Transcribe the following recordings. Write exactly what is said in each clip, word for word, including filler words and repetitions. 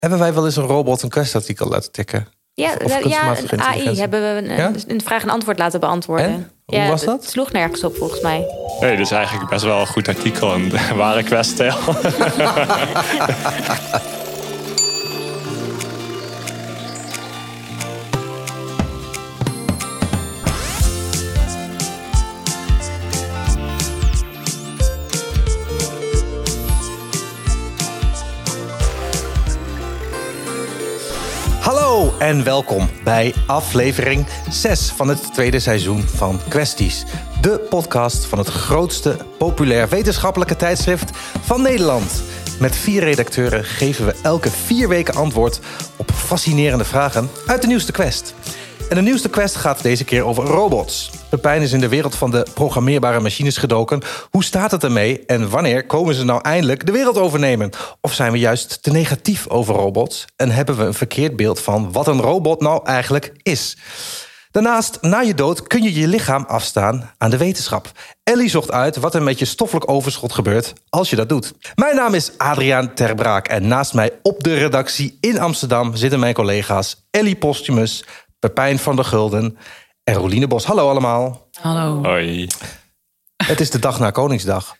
Hebben wij wel eens een robot een kwestartikel laten tikken? Ja, Of, of ja een A I hebben we een, ja? een vraag en antwoord laten beantwoorden. En? Hoe ja, was dat? Het sloeg nergens op, volgens mij. Nee, dus eigenlijk best wel een goed artikel. Een ware kwesttijl. Hallo en welkom bij aflevering zes van het tweede seizoen van Kwesties. De podcast van het grootste populair wetenschappelijke tijdschrift van Nederland. Met vier redacteuren geven we elke vier weken antwoord op fascinerende vragen uit de nieuwste quest. En de nieuwste quest gaat deze keer over robots. Pepijn is in de wereld van de programmeerbare machines gedoken. Hoe staat het ermee en wanneer komen ze nou eindelijk de wereld overnemen? Of zijn we juist te negatief over robots en hebben we een verkeerd beeld van wat een robot nou eigenlijk is? Daarnaast, na je dood kun je je lichaam afstaan aan de wetenschap. Ellie zocht uit wat er met je stoffelijk overschot gebeurt als je dat doet. Mijn naam is Adriaan Terbraak en naast mij op de redactie in Amsterdam zitten mijn collega's Ellie Postumus, Pepijn van der Gulden en Roeline Bos. Hallo allemaal. Hallo. Hoi. Het is de dag na Koningsdag.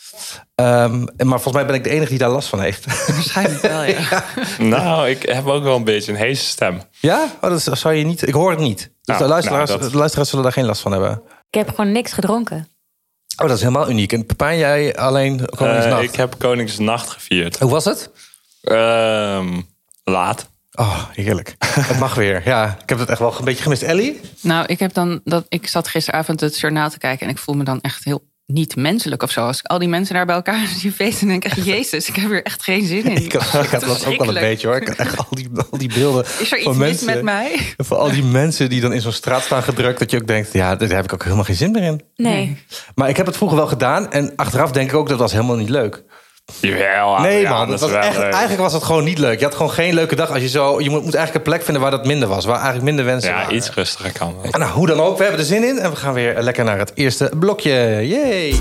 Um, maar volgens mij ben ik de enige die daar last van heeft. Waarschijnlijk wel, ja. ja. Nou, ik heb ook wel een beetje een heese stem. Ja? Oh, dat zou je niet. Ik hoor het niet. Dus nou, de, luisteraars, nou, dat... de luisteraars zullen daar geen last van hebben. Ik heb gewoon niks gedronken. Oh, dat is helemaal uniek. En Pepijn, jij alleen Koningsnacht? Uh, ik heb Koningsnacht gevierd. Hoe was het? Uh, laat. Oh, heerlijk. Het mag weer. Ja, ik heb het echt wel een beetje gemist. Ellie? Nou, ik heb dan dat ik zat gisteravond het journaal te kijken en ik voel me dan echt heel niet menselijk of zo. Als ik al die mensen daar bij elkaar zie feesten, denk ik echt, jezus, ik heb er echt geen zin in. Ik had, ik had dat ook wel een beetje hoor. Ik had echt al die, al die beelden. Is er iets van mis mensen, met mij? Voor al die mensen die dan in zo'n straat staan gedrukt, dat je ook denkt, ja, daar heb ik ook helemaal geen zin meer in. Nee. Maar ik heb het vroeger wel gedaan en achteraf denk ik ook dat was helemaal niet leuk. Jawel, nee ja, man, dat was echt, eigenlijk was het gewoon niet leuk. Je had gewoon geen leuke dag als je zo. Je moet, moet eigenlijk een plek vinden waar dat minder was. Waar eigenlijk minder mensen ja, waren. iets rustiger kan wel. Nou, hoe dan ook, we hebben er zin in. En we gaan weer lekker naar het eerste blokje. Yay!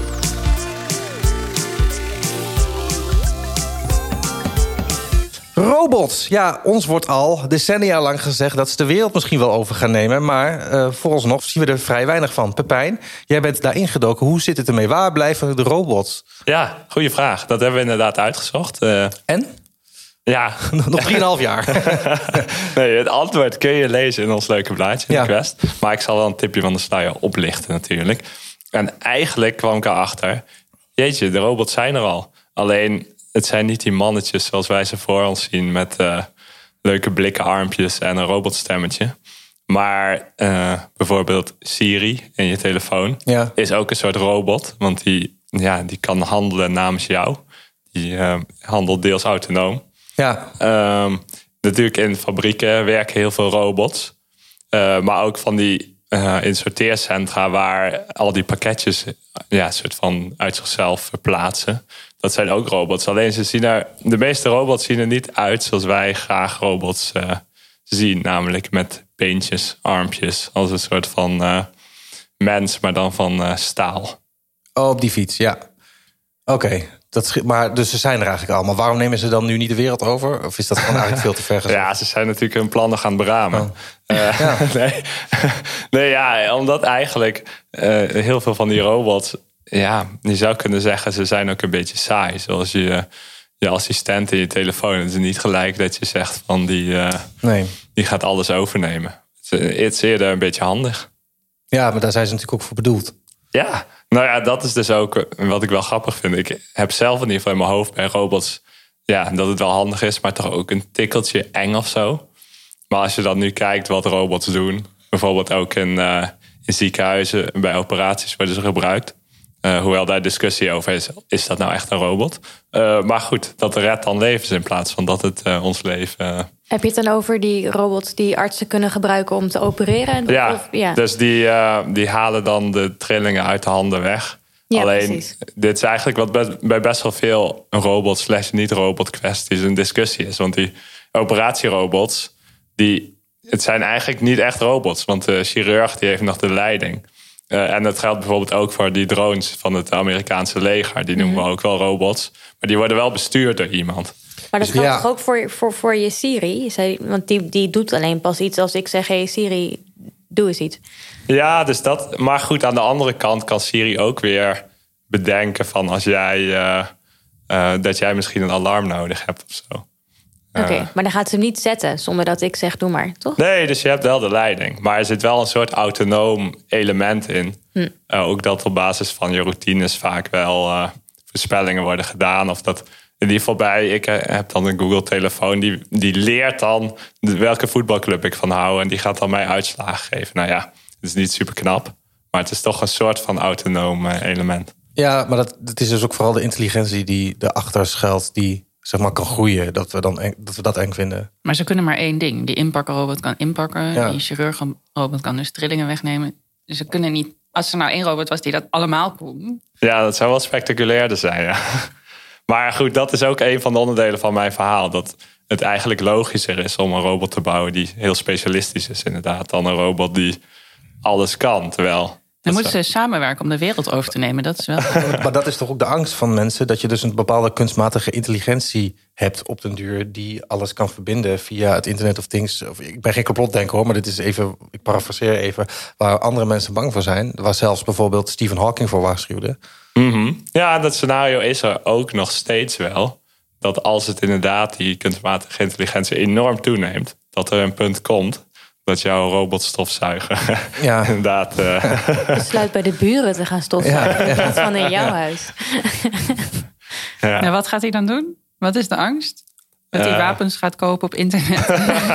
Robots. Ja, ons wordt al decennia lang gezegd dat ze de wereld misschien wel over gaan nemen. Maar uh, vooralsnog zien we er vrij weinig van. Pepijn, jij bent daarin gedoken. Hoe zit het ermee? Waar blijven de robots? Ja, goede vraag. Dat hebben we inderdaad uitgezocht. Uh, en? Ja. Nog drieënhalf jaar. Nee, het antwoord kun je lezen in ons leuke blaadje in ja. de Quest. Maar ik zal wel een tipje van de sluier oplichten natuurlijk. En eigenlijk kwam ik erachter, jeetje, de robots zijn er al. Alleen, het zijn niet die mannetjes zoals wij ze voor ons zien met uh, leuke blikken armpjes en een robotstemmetje. Maar uh, bijvoorbeeld Siri in je telefoon ja. is ook een soort robot. Want die, ja, die kan handelen namens jou. Die uh, handelt deels autonoom. Ja. Um, natuurlijk in fabrieken werken heel veel robots. Uh, maar ook van die uh, in sorteercentra waar al die pakketjes ja, soort van uit zichzelf verplaatsen. Dat zijn ook robots. Alleen ze zien er, de meeste robots zien er niet uit zoals wij graag robots uh, zien. Namelijk met beentjes, armpjes. Als een soort van uh, mens, maar dan van uh, staal. Oh, op die fiets, ja. Oké. Okay. Dat, maar dus ze zijn er eigenlijk al. Maar waarom nemen ze dan nu niet de wereld over? Of is dat gewoon eigenlijk veel te ver gezegd? Ja, ze zijn natuurlijk hun plannen gaan beramen. Oh. Uh, ja. nee. nee, ja, omdat eigenlijk uh, heel veel van die robots, ja, je zou kunnen zeggen, ze zijn ook een beetje saai. Zoals je, je assistent in je telefoon. Het is niet gelijk dat je zegt van die, uh, nee. die gaat alles overnemen. Het is eerder een beetje handig. Ja, maar daar zijn ze natuurlijk ook voor bedoeld. Ja, nou ja, dat is dus ook wat ik wel grappig vind. Ik heb zelf in ieder geval in mijn hoofd bij robots, ja, dat het wel handig is, maar toch ook een tikkeltje eng of zo. Maar als je dan nu kijkt wat robots doen, bijvoorbeeld ook in, uh, in ziekenhuizen, bij operaties worden ze gebruikt. Uh, hoewel daar discussie over is, is dat nou echt een robot? Uh, maar goed, dat redt dan levens in plaats van dat het uh, ons leven... Uh... Heb je het dan over die robots die artsen kunnen gebruiken om te opereren? Ja, of, ja. dus die, uh, die halen dan de trillingen uit de handen weg. Ja, alleen, precies. Dit is eigenlijk wat be- bij best wel veel robot slash niet-robot kwesties een discussie is. Want die operatierobots, die, het zijn eigenlijk niet echt robots. Want de chirurg die heeft nog de leiding. Uh, en dat geldt bijvoorbeeld ook voor die drones van het Amerikaanse leger. Die noemen we ook wel robots. Maar die worden wel bestuurd door iemand. Maar dat Dus geldt ja. toch ook voor, voor, voor je Siri? Zij, want die, die doet alleen pas iets als ik zeg... hey Siri, doe eens iets. Ja, dus dat. Maar goed, aan de andere kant kan Siri ook weer bedenken van als jij uh, uh, dat jij misschien een alarm nodig hebt of zo. Oké, okay, maar dan gaat ze hem niet zetten zonder dat ik zeg doe maar, toch? Nee, dus je hebt wel de leiding. Maar er zit wel een soort autonoom element in. Hm. Uh, ook dat op basis van je routines vaak wel uh, voorspellingen worden gedaan. Of dat in ieder geval bij, ik heb dan een Google-telefoon... Die, die leert dan welke voetbalclub ik van hou... en die gaat dan mij uitslagen geven. Nou ja, het is niet super knap. Maar het is toch een soort van autonoom uh, element. Ja, maar dat, dat is dus ook vooral de intelligentie die erachter schuilt... die zeg maar kan groeien, dat we, dan eng, dat we dat eng vinden. Maar ze kunnen maar één ding. Die inpakkenrobot kan inpakken. Ja. Die chirurgenrobot kan dus trillingen wegnemen. Dus ze kunnen niet... Als er nou één robot was die dat allemaal kon... Ja, dat zou wel spectaculairder zijn, ja. Maar goed, dat is ook een van de onderdelen van mijn verhaal. Dat het eigenlijk logischer is om een robot te bouwen... die heel specialistisch is inderdaad... dan een robot die alles kan, terwijl... Dan moeten ze samenwerken om de wereld over te nemen. Dat is wel... Maar dat is toch ook de angst van mensen... dat je dus een bepaalde kunstmatige intelligentie hebt op den duur... die alles kan verbinden via het Internet of Things. Of, ik ben geen complotdenker hoor, maar dit is even... ik parafraseer even, waar andere mensen bang voor zijn. Waar zelfs bijvoorbeeld Stephen Hawking voor waarschuwde. Mm-hmm. Ja, dat scenario is er ook nog steeds wel. Dat als het inderdaad die kunstmatige intelligentie enorm toeneemt... dat er een punt komt... dat jouw robotstofzuiger ja. inderdaad... Uh... besluit bij de buren te gaan stofzuigen... Ja. in plaats van in jouw huis. Ja. Nou, wat gaat hij dan doen? Wat is de angst? Dat hij uh... wapens gaat kopen op internet?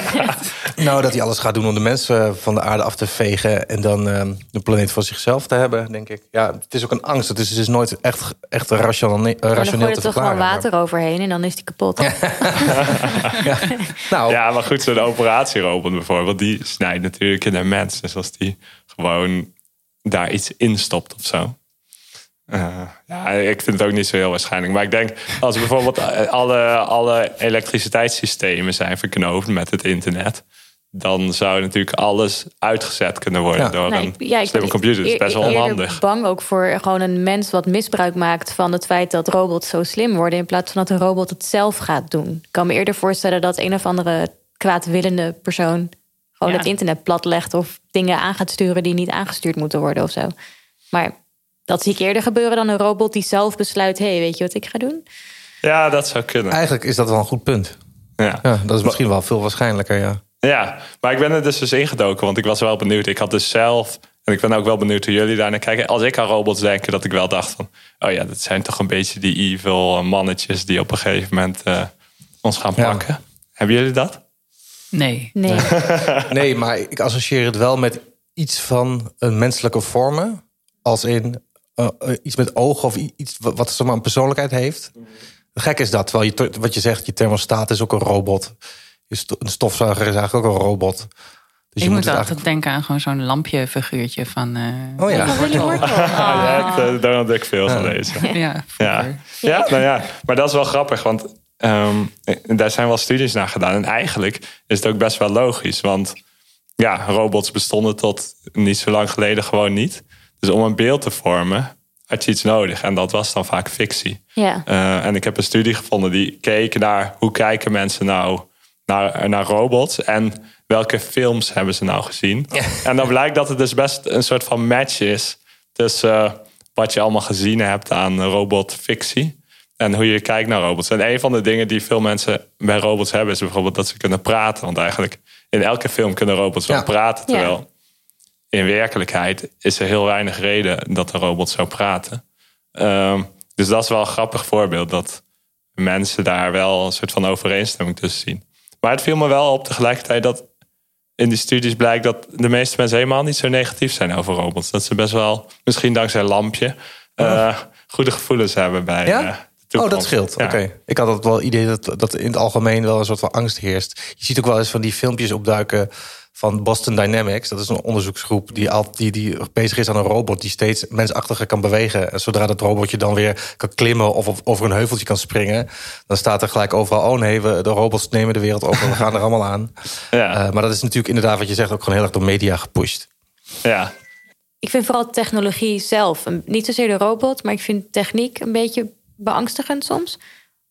Nou, dat hij alles gaat doen om de mensen van de aarde af te vegen... en dan uh, de planeet voor zichzelf te hebben, denk ik. Ja, het is ook een angst. Het is dus nooit echt, echt rationeel, uh, rationeel te verklaren. Dan gooi je er toch gewoon water maar... overheen en dan is die kapot. Ja. ja. Nou. ja, maar goed, zo'n operatierobot bijvoorbeeld... die snijdt natuurlijk in een mens. Dus als die gewoon daar iets in stopt of zo... Uh, ja, ik vind het ook niet zo heel waarschijnlijk. Maar ik denk, als bijvoorbeeld alle, alle elektriciteitssystemen zijn verknoopt met het internet... dan zou natuurlijk alles uitgezet kunnen worden ja. door nee, een ja, slimme computer. Dat is best wel onhandig. Ik ben bang ook voor gewoon een mens wat misbruik maakt... van het feit dat robots zo slim worden... in plaats van dat een robot het zelf gaat doen. Ik kan me eerder voorstellen dat een of andere kwaadwillende persoon... gewoon ja. het internet platlegt of dingen aan gaat sturen... die niet aangestuurd moeten worden of zo. Maar... dat zie ik eerder gebeuren dan een robot die zelf besluit... hé, hey, weet je wat ik ga doen? Ja, dat zou kunnen. Eigenlijk is dat wel een goed punt. Ja, ja dat is misschien wel veel waarschijnlijker, ja. Ja, maar ik ben er dus dus ingedoken, want ik was wel benieuwd. Ik had dus zelf, en ik ben ook wel benieuwd hoe jullie daar naar kijken... als ik aan robots denk, dat ik wel dacht van... oh ja, dat zijn toch een beetje die evil mannetjes... die op een gegeven moment uh, ons gaan pakken. Ja. Hebben jullie dat? Nee. Nee. nee, maar ik associeer het wel met iets van een menselijke vormen... als in... Uh, uh, iets met ogen of iets wat, wat zomaar een persoonlijkheid heeft. Gek is dat, terwijl je, wat je zegt, je thermostaat is ook een robot. Je sto, een stofzuiger is eigenlijk ook een robot. Dus ik je moet, moet altijd eigenlijk... denken aan gewoon zo'n lampje-figuurtje van... Uh, oh ja. Willy Wortel. Oh. Ja, hebt uh, Donald Duck veel ja. gelezen. Ja, ja. ja, nou ja, maar dat is wel grappig, want um, daar zijn wel studies naar gedaan. En eigenlijk is het ook best wel logisch, want ja, robots bestonden tot niet zo lang geleden gewoon niet. Dus om een beeld te vormen had je iets nodig. En dat was dan vaak fictie. Ja. Uh, en ik heb een studie gevonden die keek naar... hoe kijken mensen nou naar, naar robots... en welke films hebben ze nou gezien. Ja. En dan blijkt dat het dus best een soort van match is... tussen uh, wat je allemaal gezien hebt aan robotfictie... en hoe je kijkt naar robots. En een van de dingen die veel mensen bij robots hebben... is bijvoorbeeld dat ze kunnen praten. Want eigenlijk in elke film kunnen robots ja. wel praten... terwijl... Ja. In werkelijkheid is er heel weinig reden dat een robot zou praten. Um, dus dat is wel een grappig voorbeeld... dat mensen daar wel een soort van overeenstemming tussen zien. Maar het viel me wel op tegelijkertijd dat... in die studies blijkt dat de meeste mensen helemaal niet zo negatief zijn over robots. Dat ze best wel, misschien dankzij Lampje... Uh, goede gevoelens hebben bij... Ja? Uh, Toekomst. Oh, dat scheelt. Ja. Oké. Okay. Ik had het wel het idee dat, dat in het algemeen wel een soort van angst heerst. Je ziet ook wel eens van die filmpjes opduiken van Boston Dynamics. Dat is een onderzoeksgroep die, al, die, die bezig is aan een robot... die steeds mensachtiger kan bewegen. En zodra dat robotje dan weer kan klimmen of op, over een heuveltje kan springen... dan staat er gelijk overal... oh nee, we, de robots nemen de wereld over, we gaan er allemaal aan. Ja. Uh, maar dat is natuurlijk inderdaad wat je zegt... ook gewoon heel erg door media gepusht. Ja. Ik vind vooral technologie zelf, niet zozeer de robot... maar ik vind techniek een beetje beangstigend soms.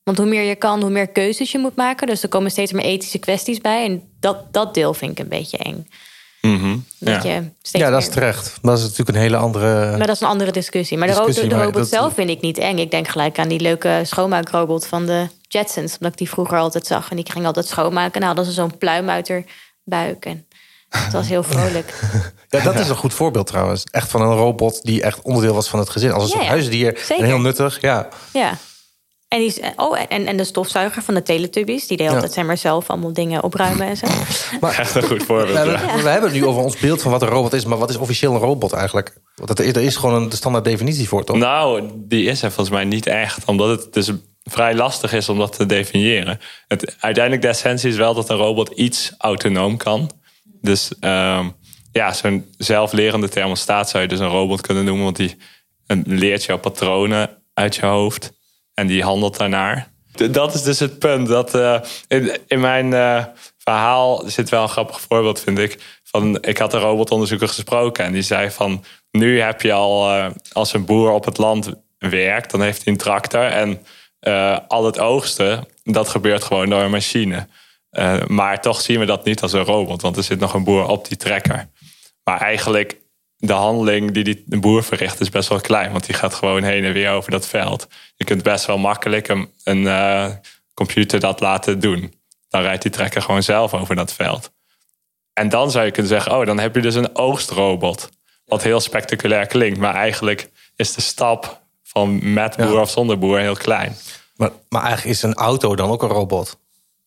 Want hoe meer je kan, hoe meer keuzes je moet maken. Dus er komen steeds meer ethische kwesties bij. En dat, dat deel vind ik een beetje eng. Mm-hmm. Dat ja, je steeds ja dat is meer... terecht. Dat is natuurlijk een hele andere... Maar dat is een andere discussie. Maar discussie, de, ro- de maar robot dat... zelf vind ik niet eng. Ik denk gelijk aan die leuke schoonmaakrobot van de Jetsons. Omdat ik die vroeger altijd zag. En die ging altijd schoonmaken. En dan hadden ze zo'n pluim uit haar buik. En het was heel vrolijk. Ja, dat is een goed voorbeeld trouwens. Echt van een robot die echt onderdeel was van het gezin. Als een Ja, soort ja. huisdier. Zeker. En heel nuttig, ja. Ja. En, die, oh, en, en de stofzuiger van de Teletubbies. Die deed Ja. altijd zeg maar zelf allemaal dingen opruimen en zo. echt een goed voorbeeld. We, Ja. we, we hebben het nu over ons beeld van wat een robot is. Maar wat is officieel een robot eigenlijk? Want dat, er is gewoon een standaard definitie voor, toch? Nou, die is er volgens mij niet echt. Omdat het dus vrij lastig is om dat te definiëren. Het, uiteindelijk de essentie is wel dat een robot iets autonoom kan. Dus um, ja, zo'n zelflerende thermostaat zou je dus een robot kunnen noemen. Want die leert jouw patronen uit je hoofd. En die handelt daarnaar. Dat is dus het punt. Dat uh, in, in mijn uh, verhaal zit wel een grappig voorbeeld, vind ik. Van, ik had een robotonderzoeker gesproken. En die zei van, nu heb je al, uh, als een boer op het land werkt, dan heeft hij een tractor. En uh, al het oogsten, dat gebeurt gewoon door een machine. Uh, maar toch zien we dat niet als een robot. Want er zit nog een boer op die trekker. Maar eigenlijk, de handeling die, die de boer verricht is best wel klein. Want die gaat gewoon heen en weer over dat veld. Je kunt best wel makkelijk een, een uh, computer dat laten doen. Dan rijdt die trekker gewoon zelf over dat veld. En dan zou je kunnen zeggen, oh, dan heb je dus een oogstrobot. Wat heel spectaculair klinkt. Maar eigenlijk is de stap van met boer ja. of zonder boer heel klein. Maar, maar eigenlijk is een auto dan ook een robot?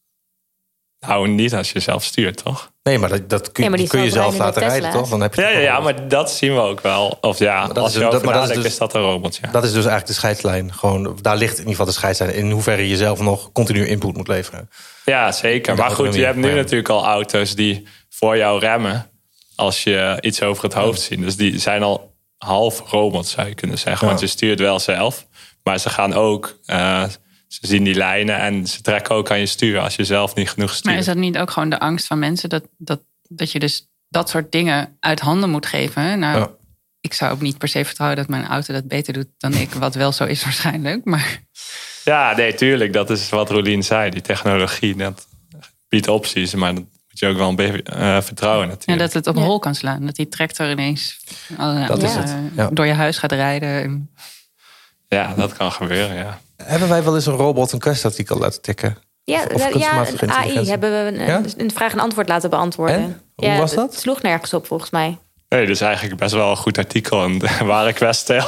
Nou, niet als je zelf stuurt, toch? Nee, maar dat, dat kun, ja, maar die kun je zelf laten rijden, toch? Dan heb je ja, ja, ja, maar dat zien we ook wel. Of ja, dat als is, je over dat, maar nadenkt, dat is, dus, is dat een robot, ja. Dat is dus eigenlijk de scheidslijn. Gewoon, daar ligt in ieder geval de scheidslijn. In hoeverre je zelf nog continu input moet leveren. Ja, zeker. Maar goed, je hebt nu natuurlijk al auto's die voor jou remmen als je iets over het hoofd ziet. Dus die zijn al half robots, zou je kunnen zeggen. Want je stuurt wel zelf. Maar ze gaan ook... Uh, Ze zien die lijnen en ze trekken ook aan je stuur als je zelf niet genoeg stuurt. Maar is dat niet ook gewoon de angst van mensen dat, dat, dat je dus dat soort dingen uit handen moet geven? Nou, ja. Ik zou ook niet per se vertrouwen dat mijn auto dat beter doet dan ik, wat wel zo is waarschijnlijk. Maar... Ja, nee, tuurlijk. Dat is wat Rolien zei. Die technologie, dat biedt opties, maar dat moet je ook wel een beetje uh, vertrouwen natuurlijk. Ja, dat het op ja. hol kan slaan. Dat die tractor ineens uh, dat is uh, het. Ja. door je huis gaat rijden. Ja, dat kan gebeuren, ja. Hebben wij wel eens een robot een kwestartikel laten tikken? Ja, of ja A I hebben we een, ja? een vraag en antwoord laten beantwoorden. En? Hoe ja, was dat? Het sloeg nergens op, volgens mij. Nee, dus eigenlijk best wel een goed artikel. Een ware kwestel.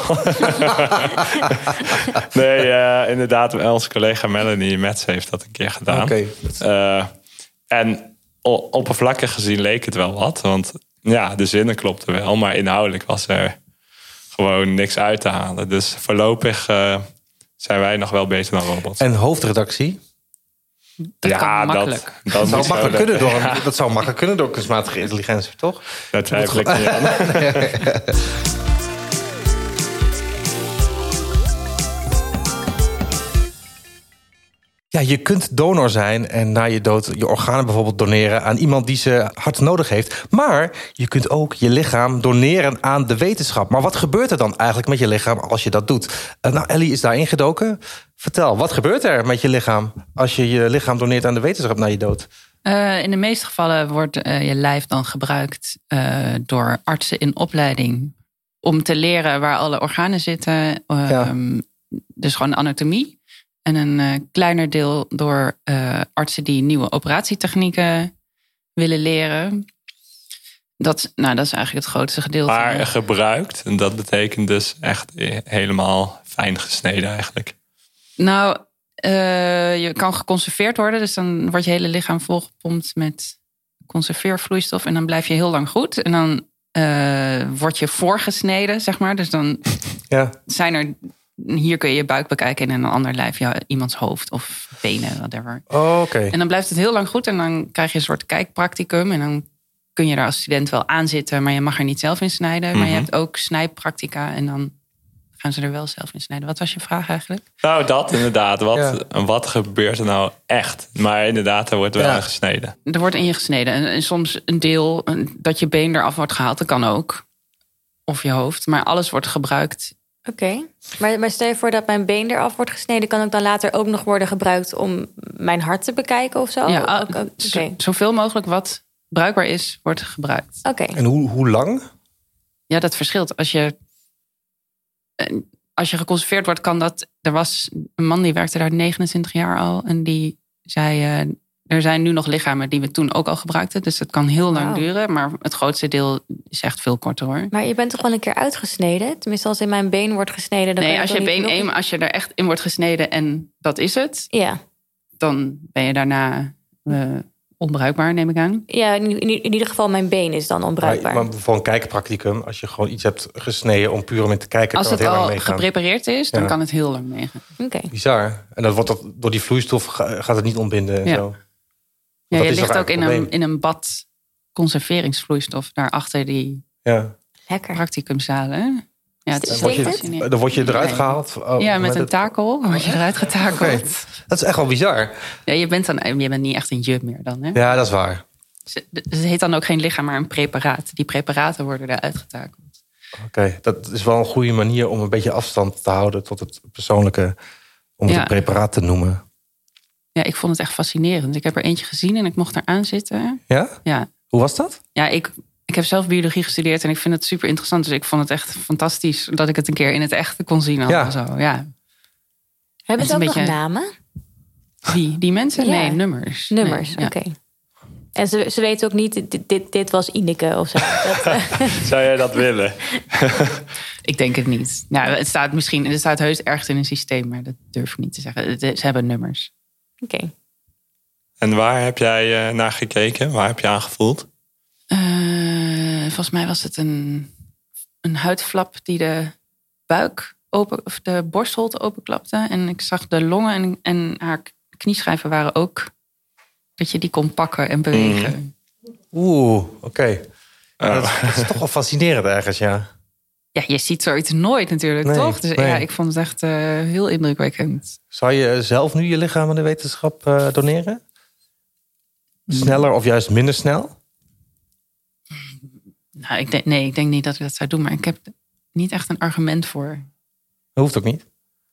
nee, uh, inderdaad, onze collega Melanie Metz heeft dat een keer gedaan. Okay. Uh, en oppervlakkig gezien leek het wel wat. Want ja, de zinnen klopten wel. Maar inhoudelijk was er gewoon niks uit te halen. Dus voorlopig uh, zijn wij nog wel beter dan robots. En hoofdredactie? Dat ja, kan makkelijk. Dat, dat, dat, zou makkelijk kunnen door, ja. dat zou makkelijk kunnen door kunstmatige intelligentie, toch? Dat twijfel ik niet aan. Ja, je kunt donor zijn en na je dood je organen bijvoorbeeld doneren aan iemand die ze hard nodig heeft. Maar je kunt ook je lichaam doneren aan de wetenschap. Maar wat gebeurt er dan eigenlijk met je lichaam als je dat doet? Uh, nou, Ellie is daar ingedoken. Vertel, wat gebeurt er met je lichaam als je je lichaam doneert aan de wetenschap na je dood? Uh, in de meeste gevallen wordt uh, je lijf dan gebruikt uh, door artsen in opleiding om te leren waar alle organen zitten. Uh, ja. Dus gewoon anatomie. En een uh, kleiner deel door uh, artsen die nieuwe operatietechnieken willen leren. Dat, nou, dat is eigenlijk het grootste gedeelte. Maar gebruikt, en dat betekent dus echt helemaal fijn gesneden eigenlijk. Nou, uh, je kan geconserveerd worden. Dus dan wordt je hele lichaam volgepompt met conserveervloeistof. En dan blijf je heel lang goed. En dan uh, word je voorgesneden, zeg maar. Dus dan ja. zijn er... Hier kun je je buik bekijken en in een ander lijf ja, iemands hoofd of benen, whatever. Oh, okay. En dan blijft het heel lang goed en dan krijg je een soort kijkpracticum. En dan kun je daar als student wel aan zitten, maar je mag er niet zelf in snijden. Mm-hmm. Maar je hebt ook snijpractica en dan gaan ze er wel zelf in snijden. Wat was je vraag eigenlijk? Nou, dat inderdaad. Wat, ja. wat gebeurt er nou echt? Maar inderdaad, er wordt wel ja. gesneden. Er wordt in je gesneden. En, en soms een deel dat je been eraf wordt gehaald, dat kan ook. Of je hoofd. Maar alles wordt gebruikt Oké, okay. maar, maar stel je voor dat mijn been eraf wordt gesneden... kan het dan later ook nog worden gebruikt om mijn hart te bekijken of zo? Ja, ook, ook, okay. Zoveel mogelijk wat bruikbaar is, wordt gebruikt. Oké. Okay. En hoe, hoe lang? Ja, dat verschilt. Als je, als je geconserveerd wordt, kan dat... Er was een man die werkte daar negenentwintig jaar al... en die zei... Uh, er zijn nu nog lichamen die we toen ook al gebruikten. Dus dat kan heel lang wow. duren. Maar het grootste deel is echt veel korter hoor. Maar je bent toch wel een keer uitgesneden? Tenminste, als in mijn been wordt gesneden... Dan nee, kan als je been één, als je er echt in wordt gesneden en dat is het... Ja. Dan ben je daarna uh, onbruikbaar, neem ik aan. Ja, in, in, in ieder geval mijn been is dan onbruikbaar. Maar, maar voor een kijkpracticum, als je gewoon iets hebt gesneden... om puur om in te kijken, als kan het, het heel al lang meegaan. Geprepareerd is, dan ja. kan het heel lang meegaan. Oké. Okay. Bizar. En dat wordt dat, door die vloeistof gaat het niet ontbinden en ja. zo. Ja, je ligt ook in een, in een bad conserveringsvloeistof daarachter die ja. Lekker. practicumzalen. Ja, het dan, word je, dan word je eruit nee. gehaald? Oh, ja, met, met een het... takel dan word je eruit getakeld. Okay. Dat is echt wel bizar. Ja, je bent, dan, je bent niet echt een jub meer dan. Hè? Ja, dat is waar. Het heet dan ook geen lichaam, maar een preparaat. Die preparaten worden eruit getakeld. Oké, okay. Dat is wel een goede manier om een beetje afstand te houden... tot het persoonlijke, om het ja. een preparaat te noemen. Ja, ik vond het echt fascinerend. Ik heb er eentje gezien en ik mocht eraan zitten. Ja? Ja. Hoe was dat? Ja, ik, ik heb zelf biologie gestudeerd en ik vind het super interessant. Dus ik vond het echt fantastisch dat ik het een keer in het echt kon zien. Ja. Zo. Ja. Hebben ze ook beetje... nog namen? Wie? Die mensen? Ja. Nee, nummers. Nummers, nee, oké. Okay. En ze, ze weten ook niet, dit, dit, dit was Ineke of zo. Dat, uh... Zou jij dat willen? Ik denk het niet. Nou, het staat misschien, het staat heus ergens in een systeem, maar dat durf ik niet te zeggen. Ze hebben nummers. Oké. Okay. En waar heb jij uh, naar gekeken? Waar heb je aan gevoeld? Uh, volgens mij was het een, een huidflap die de buik open, of de borstholte openklapte. En ik zag de longen en, en haar knieschijven waren ook dat je die kon pakken en bewegen. Mm. Oeh, oké. Okay. Oh. Dat, dat is toch wel fascinerend ergens, ja. Ja, je ziet zoiets nooit natuurlijk, nee, toch? Dus nee. ja, ik vond het echt uh, heel indrukwekkend. Zou je zelf nu je lichaam aan de wetenschap uh, doneren? Sneller of juist minder snel? Nou, ik denk, nee, ik denk niet dat ik dat zou doen. Maar ik heb niet echt een argument voor. Dat hoeft ook niet.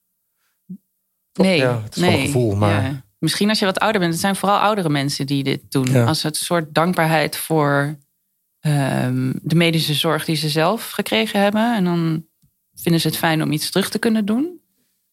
Toch? Nee. Ja, het is nee, gewoon een gevoel. Maar... Ja. Misschien als je wat ouder bent. Het zijn vooral oudere mensen die dit doen. Ja. Als het een soort dankbaarheid voor um, de medische zorg die ze zelf gekregen hebben. En dan vinden ze het fijn om iets terug te kunnen doen.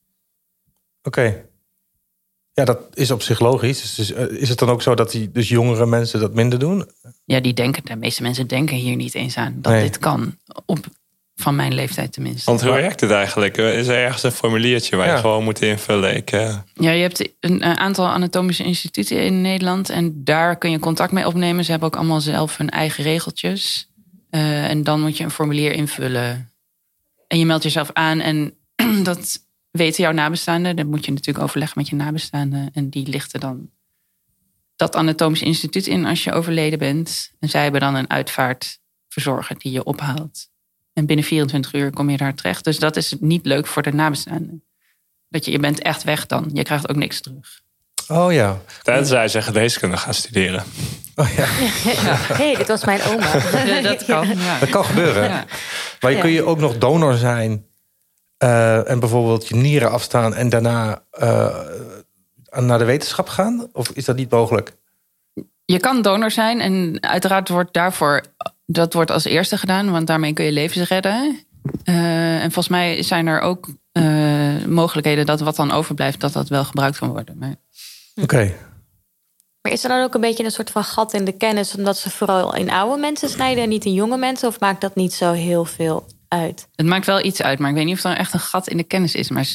Oké. Okay. Ja, dat is op zich logisch. Dus is het dan ook zo dat die dus jongere mensen dat minder doen? Ja, die denken, de meeste mensen denken hier niet eens aan dat nee. dit kan. Op, van mijn leeftijd tenminste. Want hoe werkt het eigenlijk? Is er ergens een formuliertje waar ja. je gewoon moet invullen? Ik, uh... Ja, je hebt een aantal anatomische instituten in Nederland. En daar kun je contact mee opnemen. Ze hebben ook allemaal zelf hun eigen regeltjes. Uh, en dan moet je een formulier invullen. En je meldt jezelf aan en dat weten jouw nabestaanden. Dan moet je natuurlijk overleggen met je nabestaanden. En die lichten dan dat anatomisch instituut in als je overleden bent. En zij hebben dan een uitvaartverzorger die je ophaalt. En binnen vierentwintig uur kom je daar terecht. Dus dat is niet leuk voor de nabestaanden. Dat je, je bent echt weg dan. Je krijgt ook niks terug. Oh ja. Tenzij ze geneeskunde gaan studeren. Oh ja. Hé, hey, dit was mijn oma. Ja, dat kan. Ja. Dat kan gebeuren. Ja. Maar je kun je ook nog donor zijn. Uh, en bijvoorbeeld je nieren afstaan. En daarna uh, naar de wetenschap gaan? Of is dat niet mogelijk? Je kan donor zijn. En uiteraard wordt daarvoor... Dat wordt als eerste gedaan, want daarmee kun je levens redden. Uh, en volgens mij zijn er ook uh, mogelijkheden dat wat dan overblijft, dat dat wel gebruikt kan worden. Maar... Oké. Okay. Maar is er dan ook een beetje een soort van gat in de kennis, omdat ze vooral in oude mensen snijden en niet in jonge mensen? Of maakt dat niet zo heel veel uit? Het maakt wel iets uit, maar ik weet niet of er echt een gat in de kennis is. Maar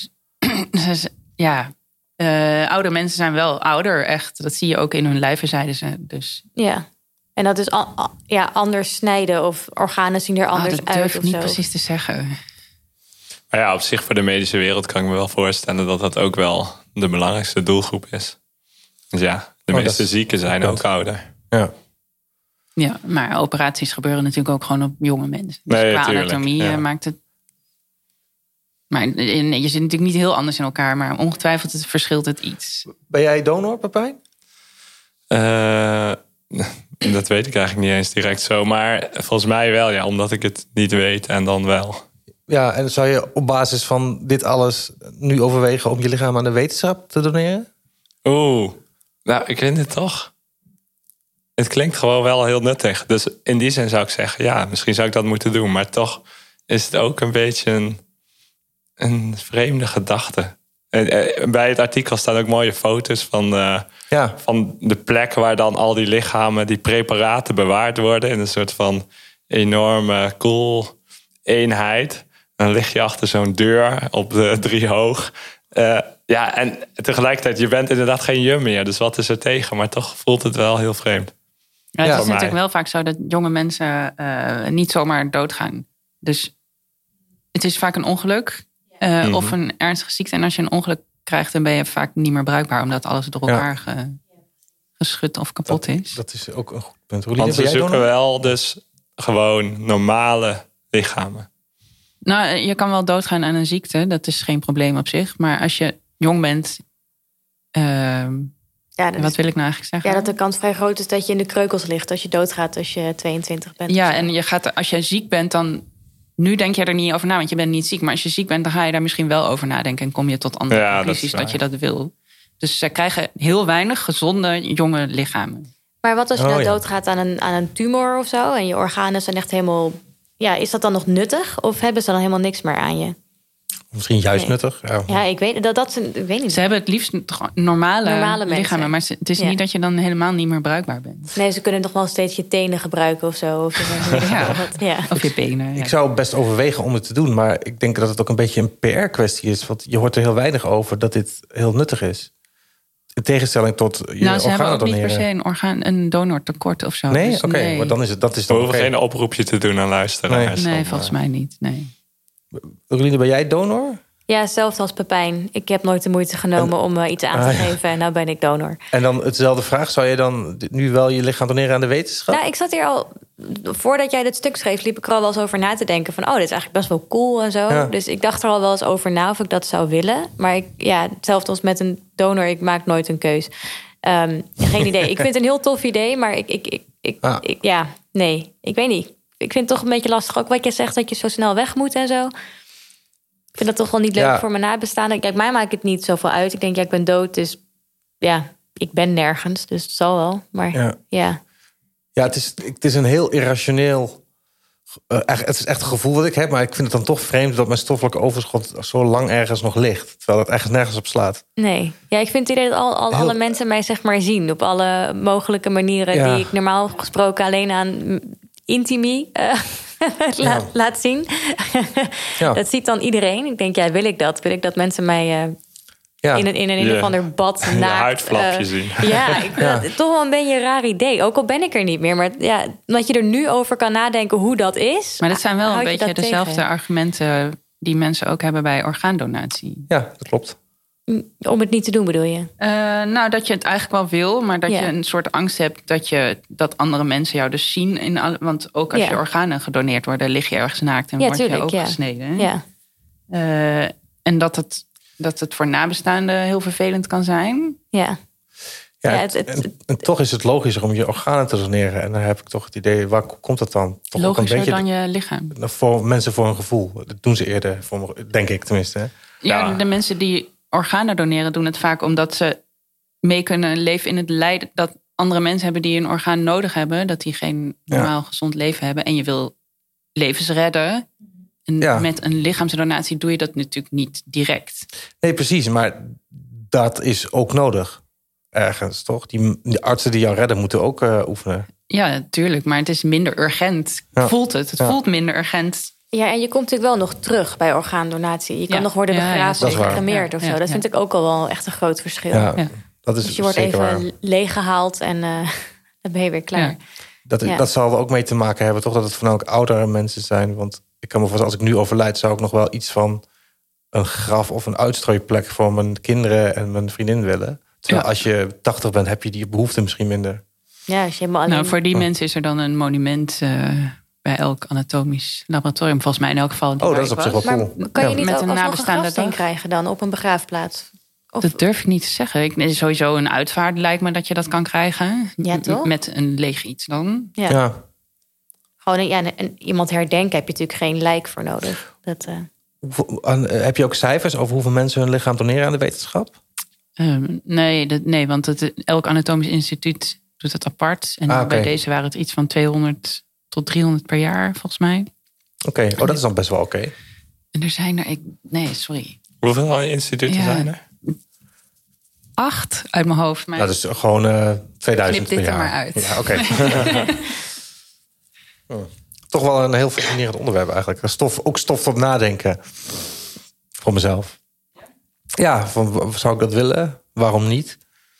ja, uh, oude mensen zijn wel ouder, echt. Dat zie je ook in hun lijven, zeiden ze. Dus. Ja. En dat is a- ja, anders snijden of organen zien er anders uit. Oh, dat durf ik niet zo. precies te zeggen. Maar ja, op zich voor de medische wereld kan ik me wel voorstellen dat dat ook wel de belangrijkste doelgroep is. Dus ja, de oh, meeste zieken zijn ook ouder. Ja. Ja, maar operaties gebeuren natuurlijk ook gewoon op jonge mensen. Dus nee, qua tuurlijk, anatomie ja. maakt het... Maar je zit natuurlijk niet heel anders in elkaar, maar ongetwijfeld het verschilt het iets. Ben jij donor, Pepijn? Uh, dat weet ik eigenlijk niet eens direct zo. Maar volgens mij wel, ja, omdat ik het niet weet en dan wel. Ja, en zou je op basis van dit alles nu overwegen om je lichaam aan de wetenschap te doneren? Oeh, nou, ik vind het toch. Het klinkt gewoon wel heel nuttig. Dus in die zin zou ik zeggen, ja, misschien zou ik dat moeten doen. Maar toch is het ook een beetje een, een vreemde gedachte. Bij het artikel staan ook mooie foto's van, uh, ja. van de plek waar dan al die lichamen, die preparaten bewaard worden in een soort van enorme koel eenheid. Dan lig je achter zo'n deur op de drie hoog. Uh, ja, en tegelijkertijd, je bent inderdaad geen jum meer. Dus wat is er tegen? Maar toch voelt het wel heel vreemd. Ja, het ja, is natuurlijk wel vaak zo dat jonge mensen uh, niet zomaar doodgaan. Dus het is vaak een ongeluk uh, mm-hmm. of een ernstige ziekte. En als je een ongeluk krijgt, dan ben je vaak niet meer bruikbaar. Omdat alles door elkaar ja. ge, geschud of kapot dat, is. Dat is ook een goed punt. Hoe Want ze zoeken wel dus gewoon normale lichamen. Nou, je kan wel doodgaan aan een ziekte. Dat is geen probleem op zich. Maar als je jong bent... Uh, ja, wat is, wil ik nou eigenlijk zeggen? Ja, dat de kans vrij groot is dat je in de kreukels ligt... als je doodgaat als je tweeëntwintig bent. Ja, en je gaat, als je ziek bent, dan... Nu denk je er niet over na, want je bent niet ziek. Maar als je ziek bent, dan ga je daar misschien wel over nadenken... en kom je tot andere ja, conclusies dat, dat je dat wil. Dus ze krijgen heel weinig gezonde, jonge lichamen. Maar wat als je oh, nou ja. doodgaat aan een, aan een tumor of zo... en je organen zijn echt helemaal... Ja, is dat dan nog nuttig? Of hebben ze dan helemaal niks meer aan je? Misschien juist nee. nuttig. Ja, ja ik, weet, dat, dat, ik weet niet. Ze hebben het liefst normale, normale lichamen. Maar het is ja. niet dat je dan helemaal niet meer bruikbaar bent. Nee, ze kunnen nog wel steeds je tenen gebruiken of zo. Of, ja. ja. of je benen. Ja. Ik zou best overwegen om het te doen. Maar ik denk dat het ook een beetje een P R-kwestie is. Want je hoort er heel weinig over dat dit heel nuttig is. In tegenstelling tot je nou, ze organen hebben ook doneren. niet per se een, orgaan, een donortekort of zo. Nee? Dus Oké, okay, nee. maar dan is het, dat is dan We hoeven okay. geen oproepje te doen aan luisteraars. Nee, nee volgens mij niet. Nee. Roeline, ben jij donor? Ja, hetzelfde als Pepijn. Ik heb nooit de moeite genomen en, om uh, iets aan te ah, geven. En nou ben ik donor. En dan hetzelfde vraag. Zou je dan nu wel je lichaam doneren aan de wetenschap? Nou, ik zat hier al... Voordat jij dit stuk schreef, liep ik er al wel eens over na te denken. Van, oh, dit is eigenlijk best wel cool en zo. Ja. Dus ik dacht er al wel eens over na of ik dat zou willen. Maar ik, ja, hetzelfde als met een donor. Ik maak nooit een keus. Um, geen idee. Ik vind het een heel tof idee. Maar ik, ik, ik, ik, ah. ik... Ja, nee. Ik weet niet. Ik vind het toch een beetje lastig. Ook wat je zegt, dat je zo snel weg moet en zo. Ik vind dat toch wel niet leuk ja. voor mijn nabestaanden. Kijk, mij maakt het niet zoveel uit. Ik denk, ja, ik ben dood, dus ja, ik ben nergens. Dus het zal wel, maar ja. Ja, ja het, is, het is een heel irrationeel... Uh, echt, het is echt een gevoel wat ik heb, maar ik vind het dan toch vreemd... dat mijn stoffelijke overschot zo lang ergens nog ligt. Terwijl het echt nergens op slaat. Nee, ja, ik vind het idee dat al, al, heel... alle mensen mij zeg maar zien... op alle mogelijke manieren ja. die ik normaal gesproken alleen aan... intimie uh, laat, ja. laat zien. ja. Dat ziet dan iedereen. Ik denk, ja, wil ik dat? Wil ik dat mensen mij uh, ja. in een, in een, in een of ander bad naakt... Je huidflapje uh, zien. Ja, ik vind ja. dat toch wel een beetje een raar idee. Ook al ben ik er niet meer. Maar ja, omdat je er nu over kan nadenken hoe dat is... Maar dat zijn wel een beetje dezelfde tegen. argumenten... die mensen ook hebben bij orgaandonatie. Ja, dat klopt. Om het niet te doen, bedoel je? Uh, nou, dat je het eigenlijk wel wil, maar dat ja. je een soort angst hebt dat je dat andere mensen jou dus zien. In alle, want ook als ja. je organen gedoneerd worden, lig je ergens naakt en ja, word tuurlijk, je ook ja. gesneden. Ja. Uh, en dat het, dat het voor nabestaanden heel vervelend kan zijn. Ja. Ja, ja het, het, en, en toch is het logischer om je organen te doneren. En dan heb ik toch het idee, waar komt dat dan? Toch logischer ook een beetje, dan je lichaam? Voor mensen voor een gevoel. Dat doen ze eerder, voor, denk ik tenminste. Hè? Ja, ja, de mensen die organen doneren doen het vaak omdat ze mee kunnen leven in het lijden dat andere mensen hebben die een orgaan nodig hebben, dat die geen normaal ja. gezond leven hebben en je wil levens redden. En ja. met een lichaamsdonatie doe je dat natuurlijk niet direct. Nee, precies, maar dat is ook nodig. Ergens, toch? Die, die artsen die jou redden moeten ook uh, oefenen. Ja, natuurlijk, maar het is minder urgent. Ja. Voelt het? Het ja. voelt minder urgent. Ja, en je komt natuurlijk wel nog terug bij orgaandonatie. Je kan ja. nog worden begraven of ja, gecremeerd ja, of zo. Ja, dat ja. vind ik ook al wel echt een groot verschil. Ja, ja. Dat is dus je wordt even waar. leeggehaald en uh, dan ben je weer klaar. Ja. Dat, ja. dat zal er ook mee te maken hebben, toch? Dat het voornamelijk oudere mensen zijn. Want ik kan me voorstellen, als ik nu overlijd, zou ik nog wel iets van een graf of een uitstrooiplek voor mijn kinderen en mijn vriendin willen. Terwijl ja. als je tachtig bent, heb je die behoefte misschien minder. Ja, als je helemaal alleen... Nou, voor die oh. mensen is er dan een monument uh, bij elk anatomisch laboratorium. Volgens mij in elk geval. Oh, dat is op zich wel cool. Maar kan je niet ja. ook alsnog een grafsteen krijgen dan op een begraafplaats? Of... Dat durf ik niet te zeggen. Ik, sowieso een uitvaart lijkt me dat je dat kan krijgen. Ja, toch? Met een leeg iets dan. Ja. ja. Gewoon een, ja, een, iemand herdenken heb je natuurlijk geen lijk voor nodig. Dat, uh... Hoeveel, uh, heb je ook cijfers over hoeveel mensen hun lichaam doneren aan de wetenschap? Um, nee, dat, nee, want het, elk anatomisch instituut doet het apart. En ah, okay. bij deze waren het iets van tweehonderd tot driehonderd per jaar, volgens mij. Oké, okay. oh, dat is dan best wel oké. Okay. En er zijn er... Ik, nee, sorry. Hoeveel instituten ja, zijn er? Acht uit mijn hoofd. Maar nou, dat is gewoon uh, tweeduizend knip dit per jaar. er maar uit. Ja, oké. Okay. oh. Toch wel een heel fascinerend onderwerp eigenlijk. Stof, ook stof tot nadenken. Voor mezelf. Ja, van, zou ik dat willen? Waarom niet?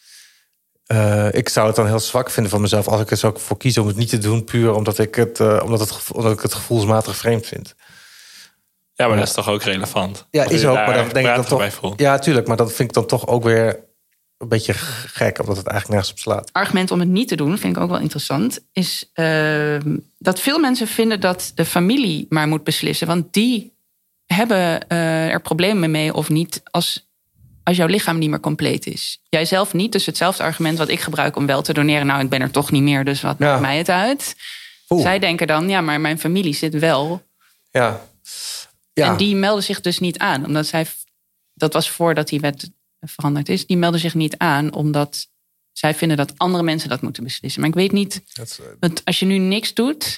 Uh, ik zou het dan heel zwak vinden van mezelf als ik er zou voor kiezen om het niet te doen, puur omdat ik het, uh, omdat het, omdat ik het gevoelsmatig vreemd vind. Ja, maar dat is toch ook relevant? Ja, is ook, maar dan denk ik dan toch. Ja, tuurlijk, maar dat vind ik dan toch ook weer een beetje gek, omdat het eigenlijk nergens op slaat. Argument om het niet te doen, vind ik ook wel interessant, is uh, dat veel mensen vinden dat de familie maar moet beslissen, want die hebben uh, er problemen mee of niet als, als jouw lichaam niet meer compleet is. Jij zelf niet, dus hetzelfde argument wat ik gebruik om wel te doneren. Nou, ik ben er toch niet meer, dus wat ja. maakt mij het uit? Oeh. Zij denken dan, ja, maar mijn familie zit wel. Ja. Ja. En die melden zich dus niet aan, omdat zij, dat was voordat die wet veranderd is, die melden zich niet aan, omdat zij vinden dat andere mensen dat moeten beslissen. Maar ik weet niet, dat als je nu niks doet,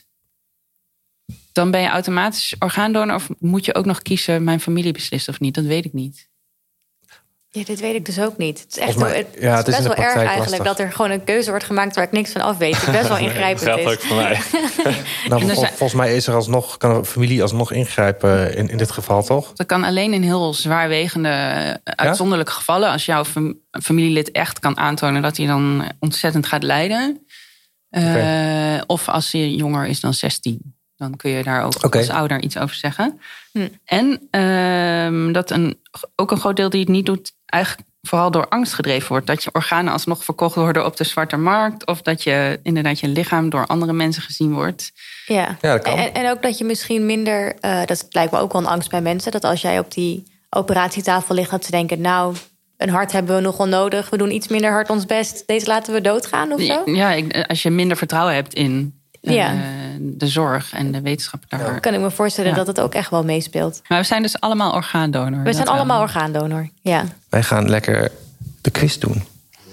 dan ben je automatisch orgaandonor, of moet je ook nog kiezen, mijn familie beslist of niet? Dat weet ik niet. Ja, dit weet ik dus ook niet. Het is echt mij, het, ja, het het is is best wel erg eigenlijk lastig. dat er gewoon een keuze wordt gemaakt waar ik niks van af weet. Het is best wel ingrijpend. Dat geldt ook voor mij. nou, vol, volgens mij is er alsnog, kan de familie alsnog ingrijpen in, in dit geval, toch? Dat kan alleen in heel zwaarwegende, uitzonderlijke ja? gevallen. Als jouw familielid echt kan aantonen dat hij dan ontzettend gaat lijden. Okay. Uh, of als hij jonger is dan zestien. Dan kun je daar ook okay. als ouder iets over zeggen. Hm. En uh, dat een, ook een groot deel die het niet doet, eigenlijk vooral door angst gedreven wordt. Dat je organen alsnog verkocht worden op de zwarte markt. Of dat je inderdaad je lichaam door andere mensen gezien wordt. Ja, ja dat kan. En, en ook dat je misschien minder, uh, dat lijkt me ook wel een angst bij mensen. Dat als jij op die operatietafel ligt, dat ze denken, nou, een hart hebben we nog wel nodig. We doen iets minder hard ons best. Deze laten we doodgaan of zo? Ja, ik, als je minder vertrouwen hebt in uh, ja. de zorg en de wetenschap daar. Ja. Kan ik me voorstellen ja. dat het ook echt wel meespeelt. Maar we zijn dus allemaal orgaandonor. We zijn allemaal wel. orgaandonor, ja. Wij gaan lekker de quiz doen.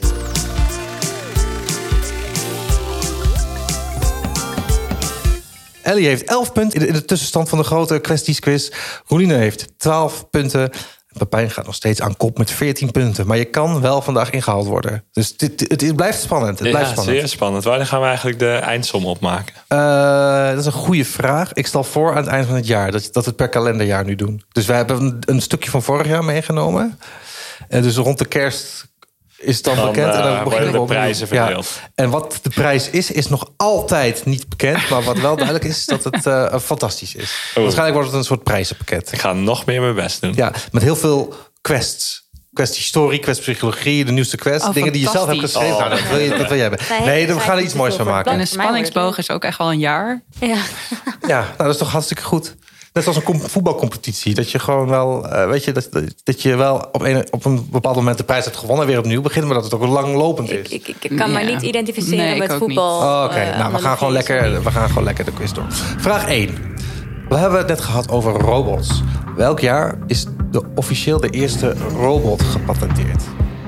Ellie heeft elf punten in de tussenstand van de grote kwestiesquiz. Roeline heeft twaalf punten. Pepijn gaat nog steeds aan kop met veertien punten. Maar je kan wel vandaag ingehaald worden. Dus dit, het, het blijft spannend. Het ja, blijft spannend. Zeer spannend. Wanneer gaan we eigenlijk de eindsom opmaken? Uh, dat is een goede vraag. Ik stel voor aan het eind van het jaar. Dat, dat we het per kalenderjaar nu doen. Dus wij hebben een, een stukje van vorig jaar meegenomen. En dus rond de kerst is het dan, dan bekend. Uh, en dan beginnen we de prijzen verdeeld. Ja. En wat de prijs is, is nog altijd niet bekend. Maar wat wel duidelijk is, is dat het uh, fantastisch is. Oh. Waarschijnlijk wordt het een soort prijzenpakket. Ik ga nog meer mijn best doen. Ja, met heel veel quests. Quest historie, quest psychologie, de nieuwste quest. Oh, dingen die je zelf hebt geschreven. Oh. Nou, dat, wil je, dat wil jij hebben. Nee, we gaan er iets moois van maken. En een spanningsboog is ook echt wel een jaar. Ja, ja nou, dat is toch hartstikke goed. Net als een voetbalcompetitie. Dat je gewoon wel, uh, weet je, dat, dat je wel op een, op een bepaald moment de prijs hebt gewonnen. Weer opnieuw beginnen, maar dat het ook langlopend is. Ik, ik, ik kan ja. mij niet identificeren nee, met voetbal. Oh, Oké, okay. uh, nou, we gaan, gewoon lekker, we gaan gewoon lekker de quiz door. Vraag één. We hebben het net gehad over robots. Welk jaar is de, officieel de eerste robot gepatenteerd?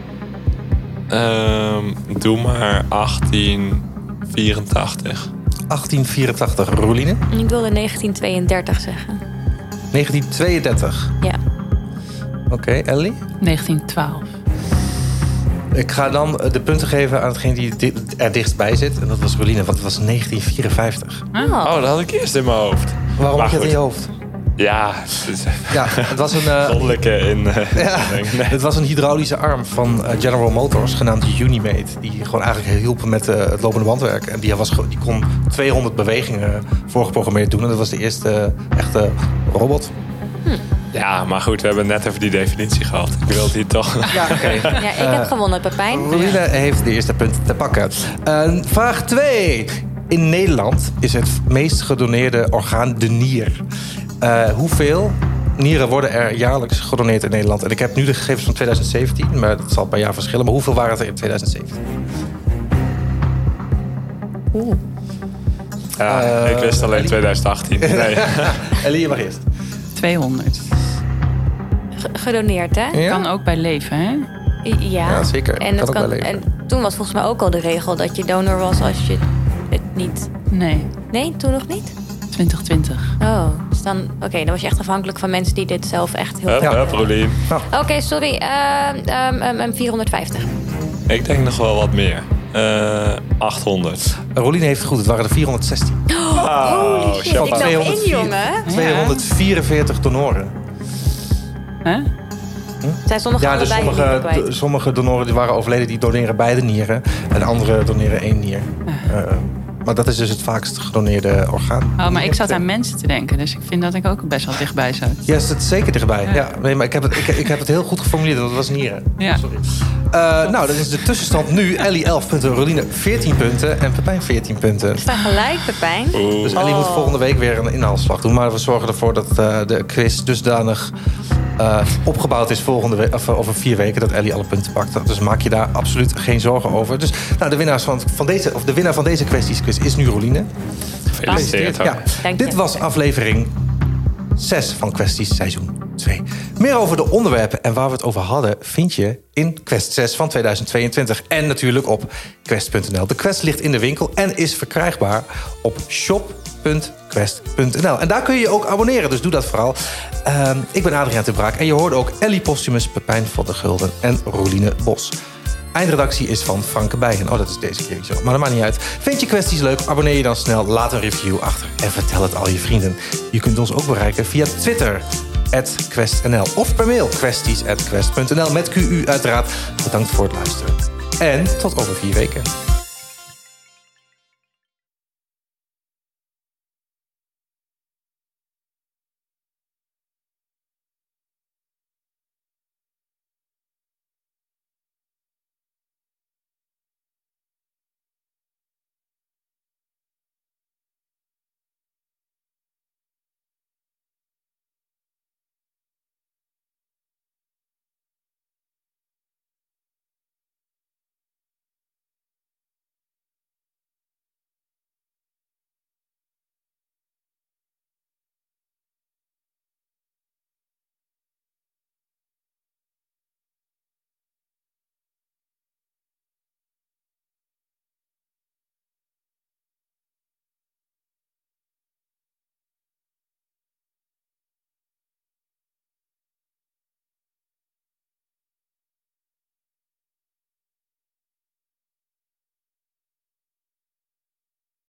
Um, doe maar achttien vierentachtig. achttien vierentachtig, Roeline? Ik wilde negentien tweeëndertig zeggen. negentien tweeëndertig? Ja. Oké, okay, Ellie? negentien twaalf. Ik ga dan de punten geven aan hetgeen die er dichtstbij zit. En dat was Roeline, want het was negentien vierenvijftig. Oh, oh dat had ik eerst in mijn hoofd. Waarom heb je het in je hoofd? Ja, ja, het was een uh, zonnelijke in. Uh, ja, nee. Het was een hydraulische arm van uh, General Motors, genaamd Unimate, die gewoon eigenlijk hielp met uh, het lopende bandwerk. En die, was, die kon tweehonderd bewegingen voorgeprogrammeerd doen. En dat was de eerste uh, echte robot. Hm. Ja, maar goed, we hebben net even die definitie gehad. Ik wil het hier toch. Ja, okay. ja, ik heb uh, gewonnen, Pepijn. Roeline heeft de eerste punt te pakken. Uh, vraag twee. In Nederland is het meest gedoneerde orgaan de nier. Uh, hoeveel nieren worden er jaarlijks gedoneerd in Nederland? En ik heb nu de gegevens van twintig zeventien, maar dat zal per jaar verschillen. Maar hoeveel waren het er in twintig zeventien? Oeh. Ja, uh, ik wist alleen Ellie? twintig achttien. Nee. Ellie, je mag eerst. tweehonderd. Gedoneerd, hè? Ja? Kan ook bij leven, hè? Ja, Ja, zeker. En, Kan het ook kan, bij leven. en toen was volgens mij ook al de regel dat je donor was als je het niet... Nee, Nee, toen nog niet? twintig twintig. Oh, dus dan... Oké, okay, dan was je echt afhankelijk van mensen die dit zelf echt heel... Hup, graag hup, wilden. Rolien. Oké, okay, sorry. Uh, um, um, um, vierhonderdvijftig. Ik denk nog wel wat meer. Uh, achthonderd. Rolien heeft het goed, het waren er vierhonderdzestien. Oh, Holy shit, ik nog in, jongen. tweehonderdvierenveertig donoren. Huh? Zijn sommige Ja, dus allebei sommige, nieren kwijt? de- sommige donoren die waren overleden, die doneren beide nieren. En anderen doneren één nier. Uh, maar dat is dus het vaakst gedoneerde orgaan. Oh, maar ik zat aan mensen te denken. Dus ik vind dat ik ook best wel dichtbij zat. Ja, is het zeker dichtbij. Ja. Ja. Nee, maar ik heb, het, ik, ik heb het heel goed geformuleerd. Dat was nieren. Ja. Sorry. Uh, nou, dat is de tussenstand nu. Ellie elf punten, Roline veertien punten en Pepijn veertien punten. We staan gelijk, Pepijn. Oeh. Dus Ellie Oh. moet volgende week weer een inhaalslag doen. Maar we zorgen ervoor dat uh, de quiz dusdanig uh, opgebouwd is volgende we- of, over vier weken. Dat Ellie alle punten pakt. Dus maak je daar absoluut geen zorgen over. Dus nou, de, winnaars van, van deze, of de winnaar van deze kwestiesquiz is nu Roline. Gefeliciteerd. Ja. Dank je. Dit was aflevering zes van Kwesties seizoen twee. Meer over de onderwerpen en waar we het over hadden vind je in Quest zes van tweeduizend tweeëntwintig. En natuurlijk op quest punt n l. De Quest ligt in de winkel en is verkrijgbaar op shop punt quest punt n l. En daar kun je je ook abonneren, dus doe dat vooral. Uh, ik ben Adriaan ten Braak en je hoorde ook Ellie Postumus, Pepijn van der Gulden en Roline Bos. Eindredactie is van Franke Bijen. Oh, dat is deze keer niet zo. Maar dat maakt niet uit. Vind je kwesties leuk? Abonneer je dan snel. Laat een review achter. En vertel het al je vrienden. Je kunt ons ook bereiken via Twitter. at quest punt n l. Of per mail. kwesties at quest punt n l. Met Q U uiteraard. Bedankt voor het luisteren. En tot over vier weken.